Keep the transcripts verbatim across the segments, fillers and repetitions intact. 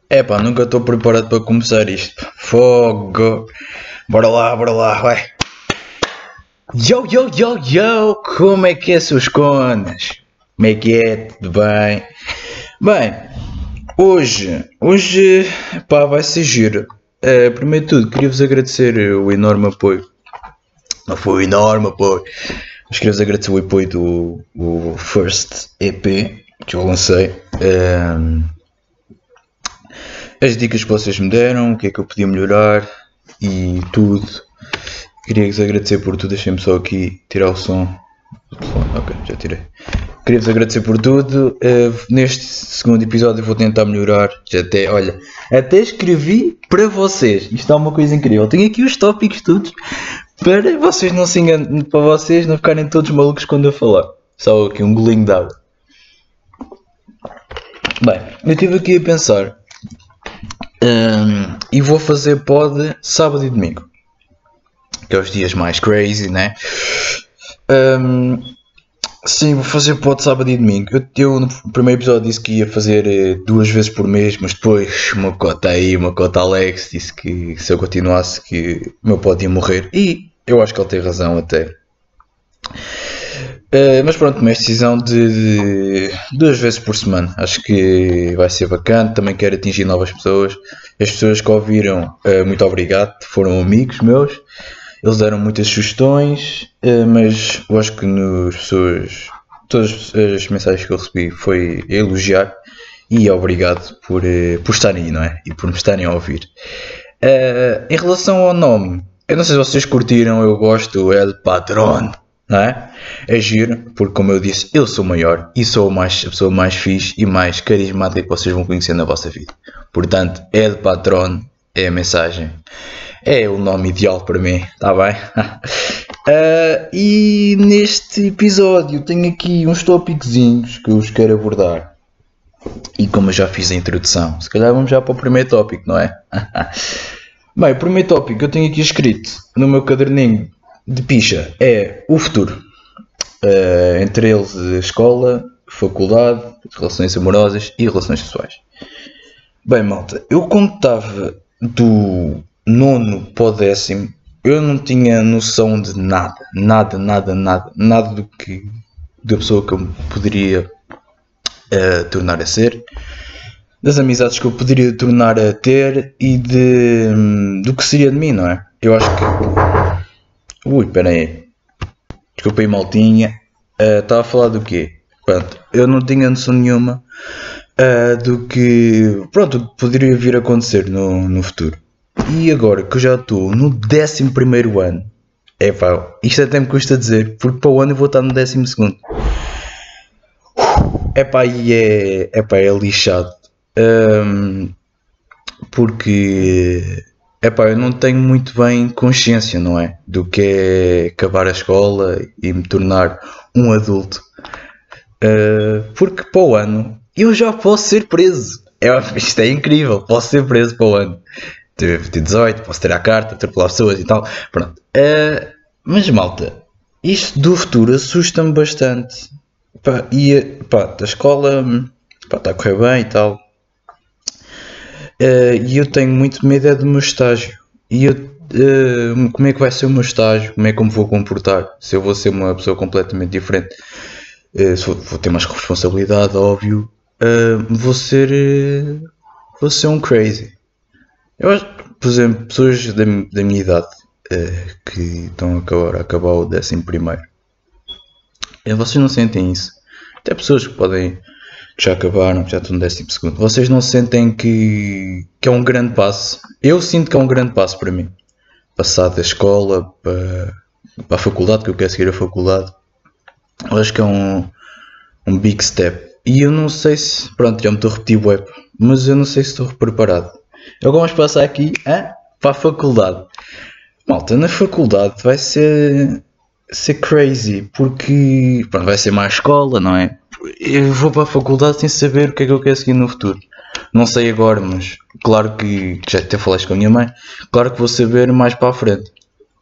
Epá, nunca estou preparado para começar isto. Fogo! Bora lá, bora lá, vai! Yo, yo, yo, yo! Como é que é, seus conas? Como é que é? Tudo bem? Bem, hoje, hoje, pá, vai ser giro. Eh, primeiro de tudo, queria-vos agradecer o enorme apoio. Não foi o enorme apoio, mas queria-vos agradecer o apoio do o First E P que eu lancei. Ehm, as dicas que vocês me deram, o que é que eu podia melhorar e tudo. Queria-vos agradecer por tudo. Deixem-me só aqui tirar o som. Ok, já tirei. Queria-vos agradecer por tudo. Uh, neste segundo episódio vou tentar melhorar. Já até, olha, até escrevi para vocês. Isto é uma coisa incrível. Tenho aqui os tópicos todos para vocês não se enganem, para vocês não ficarem todos malucos quando eu falar. Só aqui um golinho de água. Bem, eu estive aqui a pensar um, e vou fazer pod sábado e domingo, que é os dias mais crazy, né? Um, sim, vou fazer pod sábado e domingo. Eu, eu no primeiro episódio disse que ia fazer uh, duas vezes por mês, mas depois uma cota aí, uma cota Alex disse que se eu continuasse que o meu pod ia morrer. E eu acho que ele tem razão até. Uh, mas pronto, tomei a decisão de, de duas vezes por semana. Acho que vai ser bacana. Também quero atingir novas pessoas. As pessoas que ouviram, uh, muito obrigado. Foram amigos meus. Eles deram muitas sugestões, uh, mas eu acho que nas pessoas, todas as mensagens que eu recebi foi elogiar. E obrigado por, uh, por estarem aí, não é? E por me estarem a ouvir. Uh, em relação ao nome, eu não sei se vocês curtiram, eu gosto, é El Patrón. Não é? É giro, porque como eu disse, eu sou maior e sou mais, a pessoa mais fixe e mais carismática que vocês vão conhecer na vossa vida. Portanto, El Patrón é a mensagem. É o nome ideal para mim, está bem? uh, e neste episódio tenho aqui uns tópicozinhos que eu vos quero abordar. E como eu já fiz a introdução, se calhar vamos já para o primeiro tópico, não é? Bem, o primeiro tópico que eu tenho aqui escrito no meu caderninho de picha é o futuro, uh, entre eles a escola, faculdade, relações amorosas e relações pessoais. Bem, malta, eu quando estava do nono para o décimo, eu não tinha noção de nada, nada, nada, nada, nada do que da pessoa que eu me poderia uh, tornar a ser, das amizades que eu poderia tornar a ter e de, um, do que seria de mim, não é? Eu acho que Ui, espera aí. Desculpa aí, maltinha. Estava uh, a falar do quê? Pronto, eu não tinha noção nenhuma uh, do que, pronto, poderia vir a acontecer no, no futuro. E agora que eu já estou no décimo primeiro ano, é pá, isto até me custa dizer, porque para o ano eu vou estar no décimo segundo. É pá, e é, é pá, é lixado. Um, porque... Epá, eu não tenho muito bem consciência, não é? Do que é acabar a escola e me tornar um adulto. Uh, porque para o ano eu já posso ser preso. É, isto é incrível, posso ser preso para o ano. Ter dezoito, posso ter a carta, atropelar pessoas e tal. Pronto. Uh, mas malta, isto do futuro assusta-me bastante. Epá, e pá, a escola pá, está a correr bem e tal. Uh, e eu tenho muito medo é do meu estágio. E eu, uh, como é que vai ser o meu estágio? Como é que eu me vou comportar? Se eu vou ser uma pessoa completamente diferente, uh, se vou, vou ter mais responsabilidade, óbvio. Uh, vou ser uh, vou ser um crazy. Eu acho, por exemplo, pessoas da, da minha idade uh, que estão a acabar, a acabar o décimo primeiro, uh, vocês não sentem isso? Até pessoas que podem que já acabaram, que já estão no décimo segundo. Vocês não sentem que, que é um grande passo? Eu sinto que é um grande passo para mim. Passar da escola para, para a faculdade, que eu quero seguir a faculdade. Eu acho que é um, um big step. E eu não sei se... Pronto, já me estou a repetir web, mas eu não sei se estou preparado. Agora vamos passar aqui hein, para a faculdade. Malta, na faculdade vai ser, ser crazy, porque pronto, vai ser mais escola, não é? Eu vou para a faculdade sem saber o que é que eu quero seguir no futuro. Não sei agora, mas claro que, que já até falaste com a minha mãe. Claro que vou saber mais para a frente.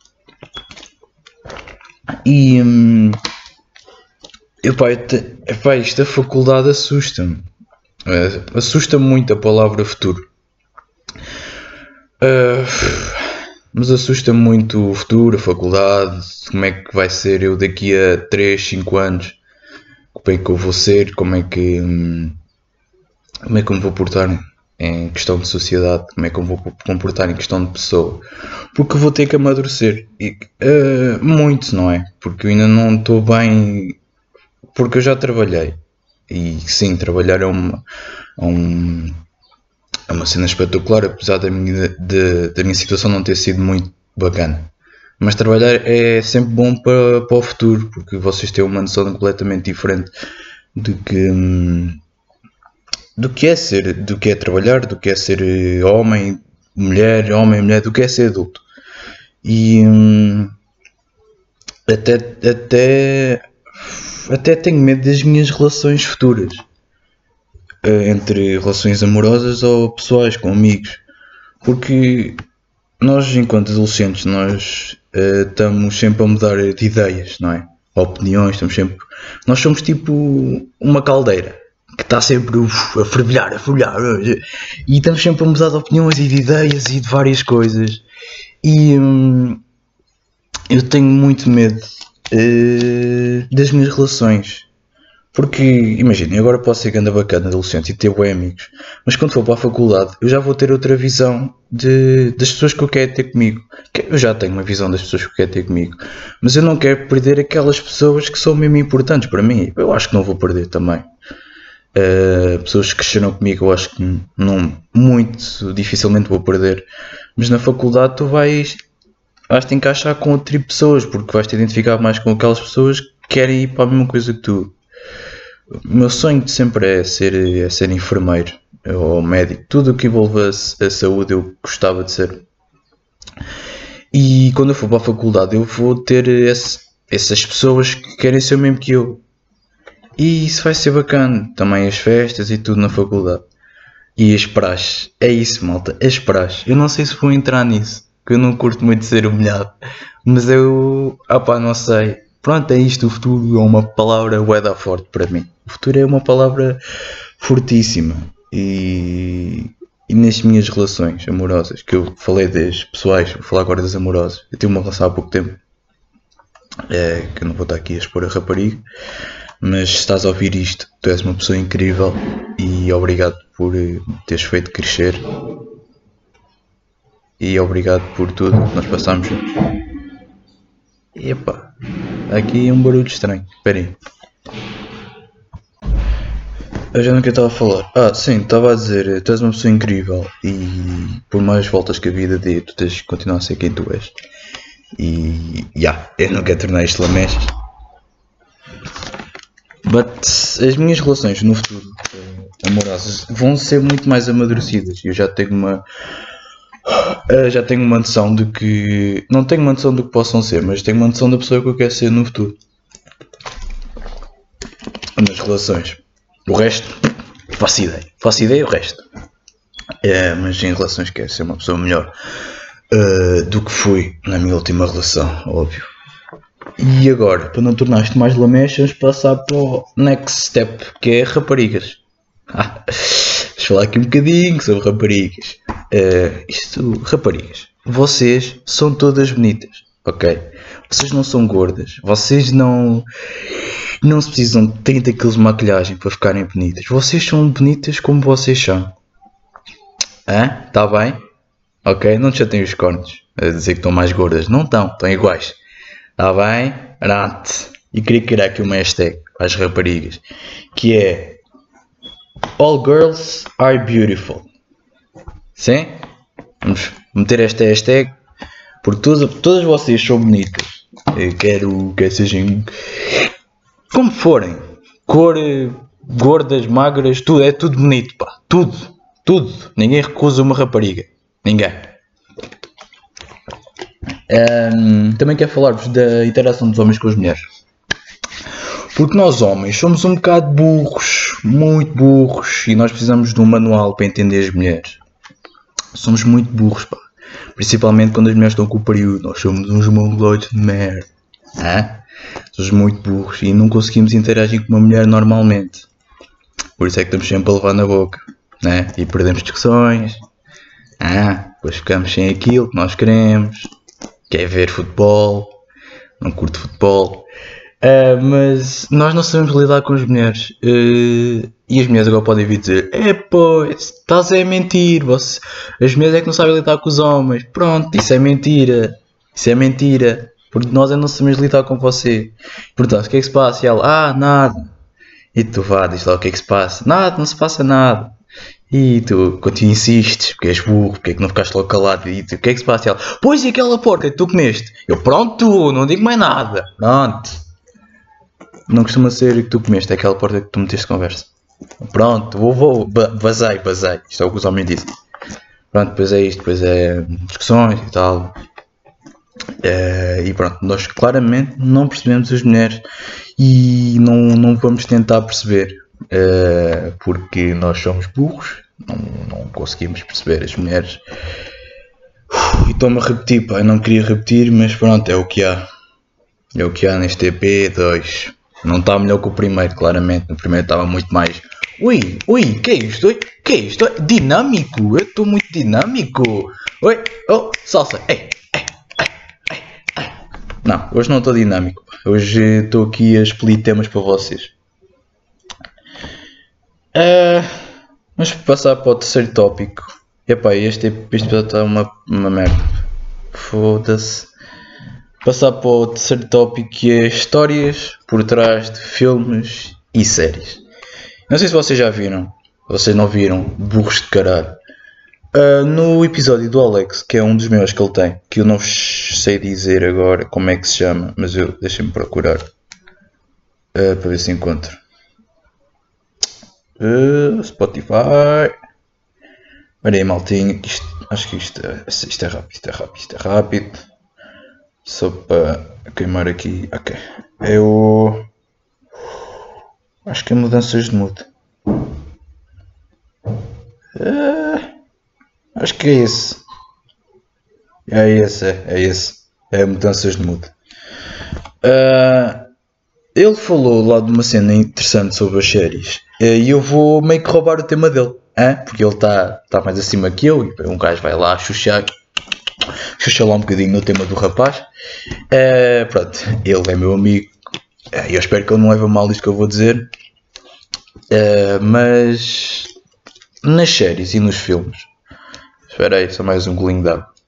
E hum, epá, epá, isto da faculdade assusta-me. Assusta-me muito a palavra futuro. Uh, mas assusta-me muito o futuro, a faculdade, como é que vai ser eu daqui a três, cinco anos, como é que eu vou ser, como é que, hum, como é que eu me vou portar em questão de sociedade, como é que eu me vou comportar em questão de pessoa, porque eu vou ter que amadurecer, e, uh, muito, não é? Porque eu ainda não estou bem, porque eu já trabalhei, e sim, trabalhar é uma, é um, é uma cena espetacular, apesar da minha, de, da minha situação não ter sido muito bacana. Mas trabalhar é sempre bom para, para o futuro, porque vocês têm uma noção completamente diferente do que, hum, do que é ser, do que é trabalhar, do que é ser eh, homem, mulher, homem, mulher, do que é ser adulto. E hum, até, até, até tenho medo das minhas relações futuras, eh, entre relações amorosas ou pessoais, com amigos, porque nós, enquanto adolescentes, nós eh, estamos sempre a mudar de ideias, não é? Opiniões, estamos sempre. Nós somos tipo uma caldeira que está sempre uf, a fervilhar, a fervilhar, e estamos sempre a mudar de opiniões e de ideias e de várias coisas. E hum, eu tenho muito medo eh, das minhas relações. Porque, imaginem, agora posso ser ganda bacana adolescente e ter bons amigos, mas quando for para a faculdade eu já vou ter outra visão de, das pessoas que eu quero ter comigo. Eu já tenho uma visão das pessoas que eu quero ter comigo, mas eu não quero perder aquelas pessoas que são mesmo importantes para mim. Eu acho que não vou perder também. Uh, pessoas que cresceram comigo, eu acho que não, muito dificilmente vou perder. Mas na faculdade tu vais, vais te encaixar com outro tipo de pessoas, porque vais te identificar mais com aquelas pessoas que querem ir para a mesma coisa que tu. O meu sonho de sempre é ser, é ser enfermeiro ou médico. Tudo o que envolve a, a saúde eu gostava de ser. E quando eu for para a faculdade eu vou ter esse, essas pessoas que querem ser o mesmo que eu. E isso vai ser bacana. Também as festas e tudo na faculdade. E as praxes. É isso, malta. As praxes. Eu não sei se vou entrar nisso. Porque eu não curto muito ser humilhado. Mas eu... Ah pá, não sei. Pronto, é isto. O futuro é uma palavra bué da forte para mim. O futuro é uma palavra fortíssima. E... E nas minhas relações amorosas, que eu falei das pessoais, vou falar agora das amorosas. Eu tive uma relação há pouco tempo. É, que eu não vou estar aqui a expor a rapariga. Mas se estás a ouvir isto, tu és uma pessoa incrível e obrigado por teres feito crescer e obrigado por tudo que nós passamos juntos. E epá, aqui é um barulho estranho, espera aí. Eu já não que eu estava a falar. Ah, sim, estava a dizer, tu és uma pessoa incrível e por mais voltas que a vida dê, tu tens de continuar a ser quem tu és. E, já, yeah, eu não quero tornar isto lamechas. But as minhas relações no futuro amorosas vão ser muito mais amadurecidas. Eu já tenho uma já tenho uma noção de que não tenho uma noção do que possam ser, mas tenho uma noção da pessoa que eu quero ser no futuro. Nas relações. O resto, faço ideia. Faço ideia o resto. É, mas em relações quero ser uma pessoa melhor uh, do que fui na minha última relação, óbvio. E agora, para não tornar isto mais lamechas, passar para o next step, que é raparigas. Vamos falar aqui um bocadinho sobre raparigas. Uh, isto, raparigas, vocês são todas bonitas, ok? Vocês não são gordas, vocês não, não se precisam de trinta quilos de maquilhagem para ficarem bonitas. Vocês são bonitas como vocês são. Hã? Está bem? Ok? Não te chateiem os cornos a dizer que estão mais gordas. Não estão, estão iguais. Está bem? Pronto. E queria criar aqui uma hashtag para as raparigas, que é All Girls Are Beautiful. Sim? Vamos meter esta hashtag, porque todas, todas vocês são bonitas. Eu quero que sejam como forem. Cor, gordas, magras, tudo, é tudo bonito, pá. Tudo, tudo. Ninguém recusa uma rapariga. Ninguém. Um, também quero falar-vos da interação dos homens com as mulheres, porque nós homens somos um bocado burros, muito burros, e nós precisamos de um manual para entender as mulheres. Somos muito burros, pá. Principalmente quando as mulheres estão com o período. Nós somos uns mongoloides de merda. Hã? Somos muito burros e não conseguimos interagir com uma mulher normalmente. Por isso é que estamos sempre a levar na boca, né? E perdemos discussões. Ah, depois ficamos sem aquilo que nós queremos, que é ver futebol, não curto futebol. Uh, mas nós não sabemos lidar com as mulheres. Uh, e as mulheres agora podem vir dizer: é pois, estás a mentir. Você... As mulheres é que não sabem lidar com os homens. Pronto, isso é mentira. Isso é mentira. Porque nós é que não sabemos lidar com você. Portanto, o que é que se passa? E ela: ah, nada. E tu vá, diz lá o que é que se passa. Nada, não se passa nada. E tu, quando tu insistes, porque és burro, porque é que não ficaste logo calado? E tu, o que é que se passa? E ela: pois, e aquela porca que tu comeste? Eu: pronto, não digo mais nada. Pronto. Não costuma ser o que tu comeste, é aquela porta que tu meteste de conversa. Pronto, vou, vou, vazei, vazei. Isto é o que os homens dizem. Pronto, depois é isto, depois é discussões e tal. É, e pronto, nós claramente não percebemos as mulheres e não, não vamos tentar perceber. É, porque nós somos burros, não, não conseguimos perceber as mulheres. E estou-me a repetir, pá, eu não queria repetir, mas pronto, é o que há. É o que há neste E P dois. Não está melhor que o primeiro, claramente. No primeiro estava muito mais. Ui, ui, que é isto? Ui, que é isto? Dinâmico, eu estou muito dinâmico. Oi, oh, salsa. Ei, ei, ei, ei, ei. Não, hoje não estou dinâmico. Hoje estou aqui a expelir temas para vocês. Uh, vamos passar para o terceiro tópico. Epá, este, este episódio está uma, uma merda. Foda-se. Passar para o terceiro tópico, que é histórias por trás de filmes e séries. Não sei se vocês já viram, vocês não viram, burros de caralho. Uh, no episódio do Alex, que é um dos meus que ele tem, que eu não sei dizer agora como é que se chama, mas eu deixem-me procurar uh, para ver se encontro. Uh, Spotify. Olha aí, maltinho, isto, acho que isto, isto é rápido, isto é rápido, isto é rápido. Só para queimar aqui. Ok. É o. Acho que é mudanças de mood. Uh, acho que é esse. É esse, é, é esse. É mudanças de mood. Uh, ele falou lá de uma cena interessante sobre as séries. E eu vou meio que roubar o tema dele. Hein? Porque ele está tá mais acima que eu. E um gajo vai lá chuchar. Chuchar lá um bocadinho no tema do rapaz. Uh, pronto, ele é meu amigo. Uh, eu espero que ele não leve a mal isto que eu vou dizer. Uh, mas nas séries e nos filmes. Espera aí, só mais um golinho de água.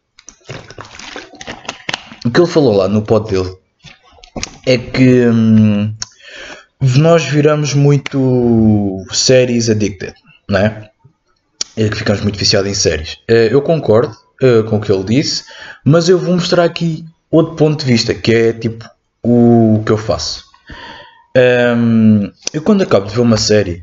O que ele falou lá no pod dele é que hum, nós viramos muito séries addicted, não é? É que ficamos muito viciados em séries. Uh, eu concordo uh, com o que ele disse, mas eu vou mostrar aqui outro ponto de vista, que é tipo o que eu faço. Um, eu quando acabo de ver uma série,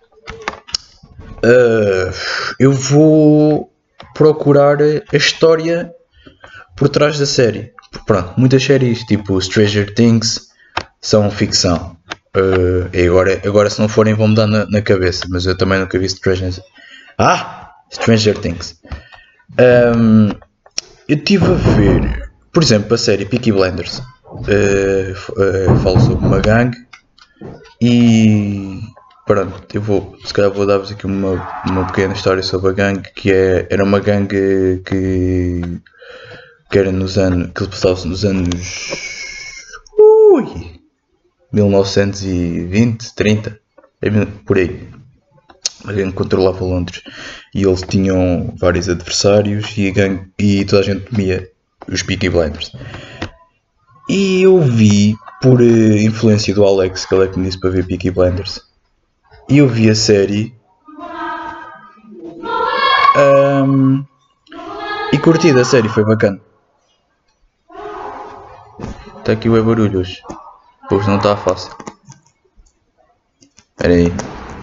uh, eu vou procurar a história por trás da série. Pronto, muitas séries tipo Stranger Things são ficção. Uh, e agora, agora se não forem vão me dar na, na cabeça, mas eu também nunca vi Stranger Ah! Stranger Things. Um, eu estive a ver, por exemplo, a série Peaky Blinders. Uh, uh, falo sobre uma gangue. E pronto, eu vou, se calhar vou dar-vos aqui uma, uma pequena história sobre a gangue, que é, era uma gangue que, que era nos anos, que passava-se nos anos ui, mil novecentos e vinte, trinta, por aí. A gangue controlava Londres e eles tinham vários adversários e, a gangue, e toda a gente temia os Peaky Blinders. E eu vi, por uh, influência do Alex, que ele é que me disse para ver Peaky Blinders, e eu vi a série um, e curti da série, foi bacana. Está aqui o barulho hoje, hoje não está fácil. Espera aí.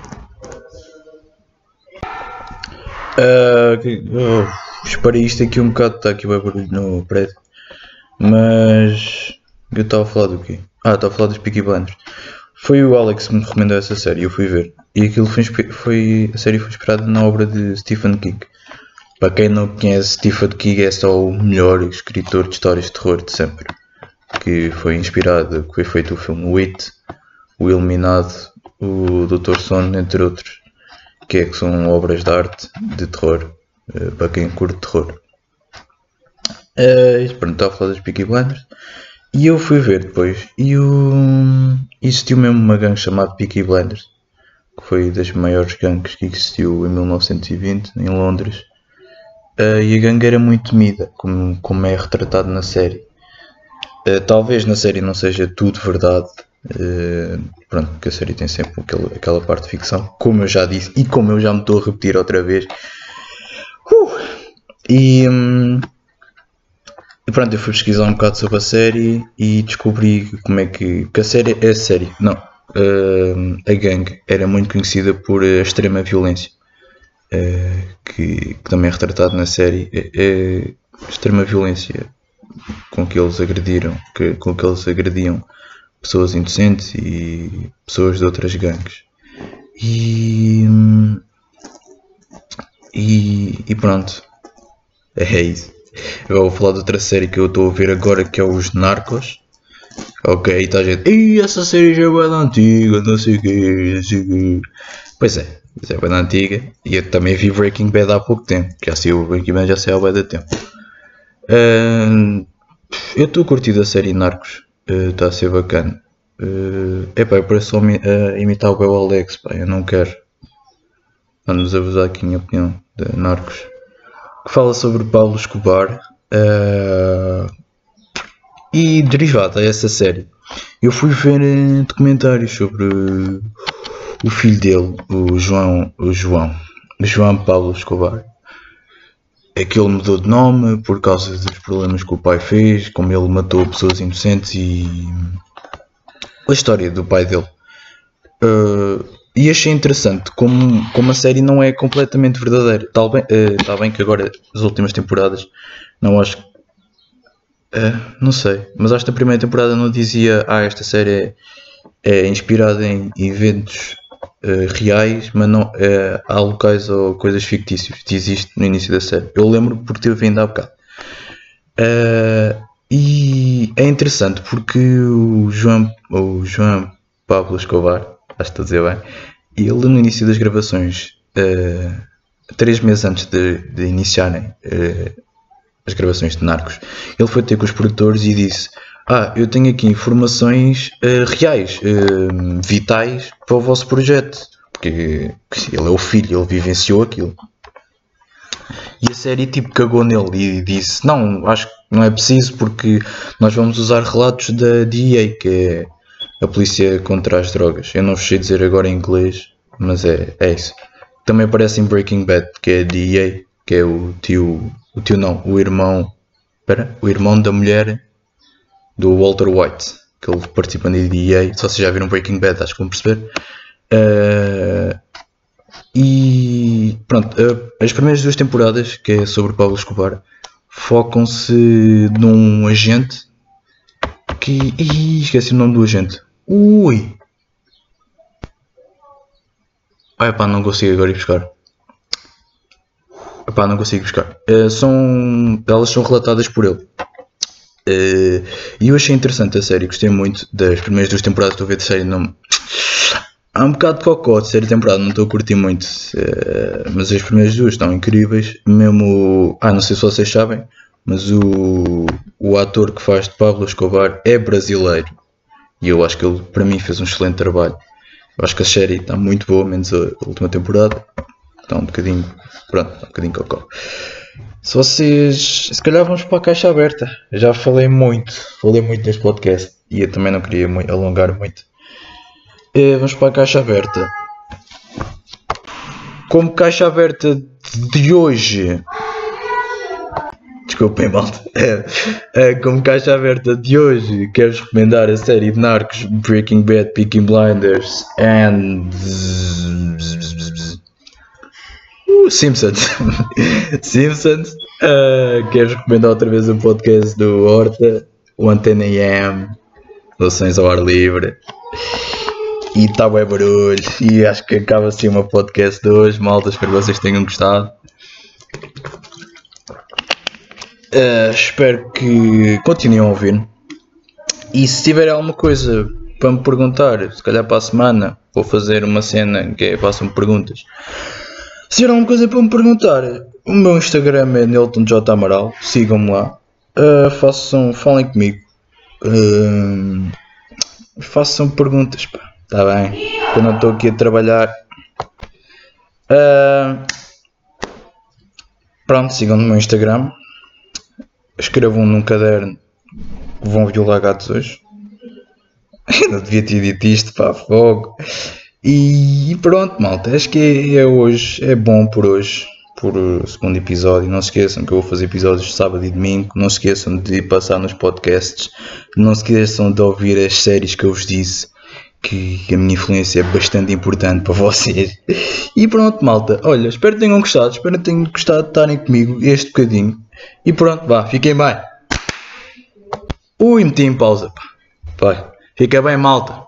Uh, que, oh, esperei isto aqui um bocado, está aqui o barulho no prédio. Mas eu estava a falar do quê? Ah, estava a falar dos Peaky Blinders. Foi o Alex que me recomendou essa série, eu fui ver. E aquilo foi, foi a série foi inspirada na obra de Stephen King. Para quem não conhece, Stephen King é só o melhor escritor de histórias de terror de sempre. Que foi inspirado, que foi feito o filme It, o Iluminado, o doutor Sono, entre outros. Que é que são obras de arte de terror, para quem curte terror. Uh, isto pronto, estava a falar das Peaky Blinders. E eu fui ver depois. E o... existiu mesmo uma gangue chamada Peaky Blinders, que foi das maiores gangues que existiu em mil novecentos e vinte em Londres. Uh, e a gangue era muito temida, como, como é retratado na série. Uh, talvez na série não seja tudo verdade. Uh, pronto, porque a série tem sempre aquele, aquela parte de ficção, como eu já disse e como eu já me estou a repetir outra vez. Uh! E, hum, e pronto, eu fui pesquisar um bocado sobre a série e descobri como é que. Porque a série é a série, não. Uh, a gangue era muito conhecida por uh, extrema violência. Uh, que, que também é retratado na série. É, é extrema violência com que eles agrediram, que, com que eles agrediam pessoas inocentes e pessoas de outras gangues. E, e, e pronto, é isso. Eu vou falar de outra série que eu estou a ver agora, que é os Narcos. Ok, e está a gente, e essa série já é bem antiga, não sei o quê, não sei o quê. Pois é, isso é bem antiga. E eu também vi Breaking Bad há pouco tempo. Já saiu o Breaking Bad, já saiu há bem tempo. Uh, eu estou a curtir a série Narcos, está uh, a ser bacana. Uh, epá, eu pareço só uh, imitar o Bel Alex, pá, eu não quero. Vamos abusar aqui a minha opinião de Narcos. Que fala sobre Pablo Escobar uh, e derivado a essa série. Eu fui ver uh, documentários sobre uh, o filho dele, o João, o João, o João Pablo Escobar. É que ele mudou de nome por causa dos problemas que o pai fez, como ele matou pessoas inocentes e a história do pai dele. Uh, e achei interessante como, como a série não é completamente verdadeira. Está bem, uh, tá bem que agora as últimas temporadas não acho. Uh, não sei, mas acho que a primeira temporada não dizia ah, esta série é, é inspirada em eventos uh, reais, mas não, uh, há locais ou coisas fictícias. Diz isto no início da série. Eu lembro por ter vindo há bocado. Uh, e é interessante porque o João, o João Pablo Escobar, acho que estou a dizer bem, ele no início das gravações, uh, três meses antes de, de iniciarem uh, as gravações de Narcos, ele foi ter com os produtores e disse: ah, eu tenho aqui informações uh, reais, uh, vitais para o vosso projeto, porque ele é o filho, ele vivenciou aquilo. E a série tipo cagou nele e disse: não, acho que não é preciso porque nós vamos usar relatos da D E A, que é a polícia contra as drogas. Eu não sei dizer agora em inglês, mas é, é isso. Também aparece em Breaking Bad, que é a D E A, que é o tio, o tio não, o irmão, espera, o irmão da mulher do Walter White, que ele participa na D E A. Só se já viram Breaking Bad, acho que vão perceber. Uh, E pronto, as primeiras duas temporadas, que é sobre Pablo Escobar, focam-se num agente que. Ih, esqueci o nome do agente. Ui! Ah, epá, não consigo agora ir buscar. Epá, não consigo buscar. Uh, são, elas são relatadas por ele. Uh, e eu achei interessante a série, gostei muito das primeiras duas temporadas. Estou a ver a série, não. Há um bocado de cocó de série temporada, não estou a curtir muito, uh, mas as primeiras duas estão incríveis. Mesmo, ah, não sei se vocês sabem, mas o, o ator que faz de Pablo Escobar é brasileiro e eu acho que ele, para mim, fez um excelente trabalho. Eu acho que a série está muito boa, menos a, a última temporada, está um bocadinho, pronto, um bocadinho cocó. Se vocês, se calhar vamos para a caixa aberta. Eu já falei muito, falei muito neste podcast e eu também não queria muito, alongar muito. Vamos para a caixa aberta. Como caixa aberta de hoje. Desculpem, malta. É, como caixa aberta de hoje, quero-vos recomendar a série de Narcos, Breaking Bad, Peaky Blinders and uh, Simpsons. Simpsons. Uh, quero-vos recomendar outra vez o podcast do Horta, o Antena A M, Relações ao Ar Livre. E está bem barulho. E acho que acaba assim o meu podcast de hoje, malta. Espero que vocês tenham gostado. Uh, espero que continuem a ouvir. E se tiver alguma coisa para me perguntar, se calhar para a semana vou fazer uma cena que é façam-me perguntas. Se tiver alguma coisa para me perguntar, o meu Instagram é Nilton J Amaral. Sigam-me lá. Uh, façam, falem comigo. Uh, façam perguntas, pá. Tá bem? Eu não estou aqui a trabalhar. Uh, pronto, sigam no meu Instagram. Escrevam num caderno que vão violar gatos hoje. Não devia ter dito isto, pá, fogo. E pronto, malta, acho que é, é hoje, é bom por hoje, por uh, segundo episódio. Não se esqueçam que eu vou fazer episódios de sábado e domingo. Não se esqueçam de passar nos podcasts. Não se esqueçam de ouvir as séries que eu vos disse, que a minha influência é bastante importante para vocês. E pronto, malta, olha, espero que tenham gostado, espero que tenham gostado de estarem comigo este bocadinho. E pronto, vá, fiquem bem. Ui, meti em pausa, pá. Vai, fica bem, malta.